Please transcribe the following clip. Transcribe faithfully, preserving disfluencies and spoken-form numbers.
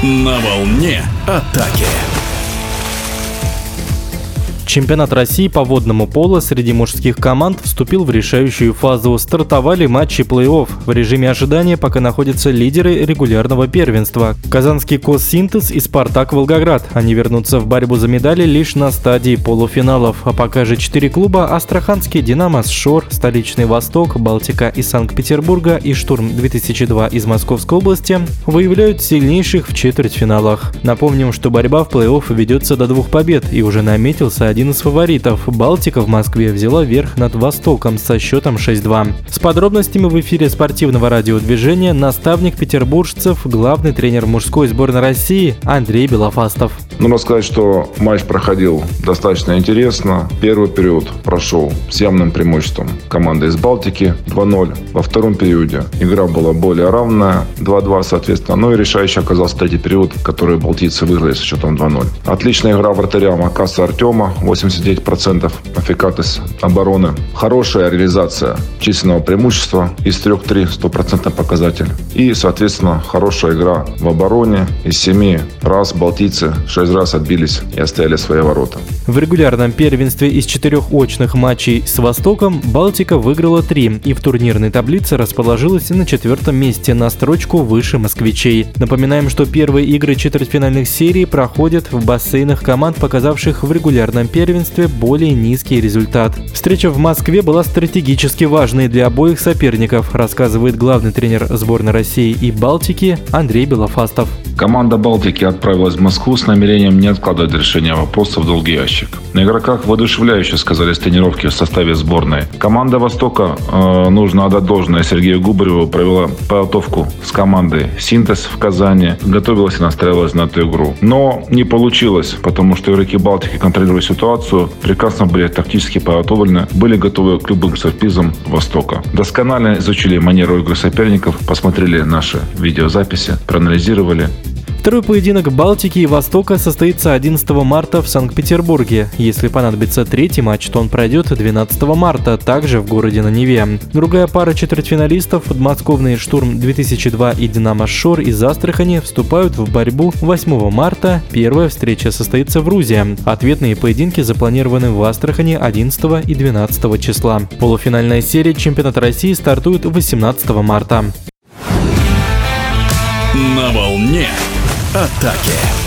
На волне атаки. Чемпионат России по водному поло среди мужских команд вступил в решающую фазу. Стартовали матчи плей-офф. В режиме ожидания пока находятся лидеры регулярного первенства. Казанский Коссинтез и Спартак Волгоград. Они вернутся в борьбу за медали лишь на стадии полуфиналов. А пока же четыре клуба: Астраханский Динамо с Шор, Столичный Восток, Балтика из Санкт-Петербурга и Штурм две тысячи два из Московской области выявляют сильнейших в четвертьфиналах. Напомним, что борьба в плей-офф ведется до двух побед, и уже наметился один из фаворитов. Балтика в Москве взяла верх над Востоком со счетом шесть-два. С подробностями в эфире спортивного радиодвижения наставник петербуржцев, главный тренер мужской сборной России Андрей Белофастов. Нужно сказать, что матч проходил достаточно интересно. Первый период прошел с явным преимуществом команды из Балтики два ноль. Во втором периоде игра была более равная, два-два соответственно. Ну и решающий оказался третий период, который балтийцы выиграли с счетом два ноль. Отличная игра вратаря Макаса Артема, восемьдесят девять процентов эффективность обороны. Хорошая реализация численного преимущества. Из трех-три стопроцентный показатель. И, соответственно, хорошая игра в обороне. Из семи раз балтийцы шесть раз отбились и оставили свои ворота. В регулярном первенстве из четырех очных матчей с Востоком Балтика выиграла три и в турнирной таблице расположилась на четвертом месте, на строчку выше москвичей. Напоминаем, что первые игры четвертьфинальных серий проходят в бассейнах команд, показавших в регулярном первенстве более низкий результат. Встреча в Москве была стратегически важной для обоих соперников, рассказывает главный тренер сборной России и Балтики Андрей Белофастов. Команда Балтики отправилась в Москву с намерением не откладывать решение вопроса в долгий ящик. На игроках воодушевляюще сказались тренировки в составе сборной. Команда Востока, э, нужно отдать должное Сергею Губареву, провела подготовку с командой «Синтез» в Казани, готовилась и настраивалась на эту игру. Но не получилось, потому что игроки Балтики, контролируя ситуацию, прекрасно были тактически подготовлены, были готовы к любым сюрпризам Востока. Досконально изучили манеру игры соперников, посмотрели наши видеозаписи, проанализировали. Второй поединок Балтики и Востока состоится одиннадцатого марта в Санкт-Петербурге. Если понадобится третий матч, то он пройдет двенадцатого марта, также в городе на Неве. Другая пара четвертьфиналистов, подмосковный Штурм две тысячи два и Динамо Шор из Астрахани, вступают в борьбу восьмого марта. Первая встреча состоится в Рузе. Ответные поединки запланированы в Астрахани одиннадцатого и двенадцатого числа. Полуфинальная серия чемпионата России стартует восемнадцатого марта. На волне атаки.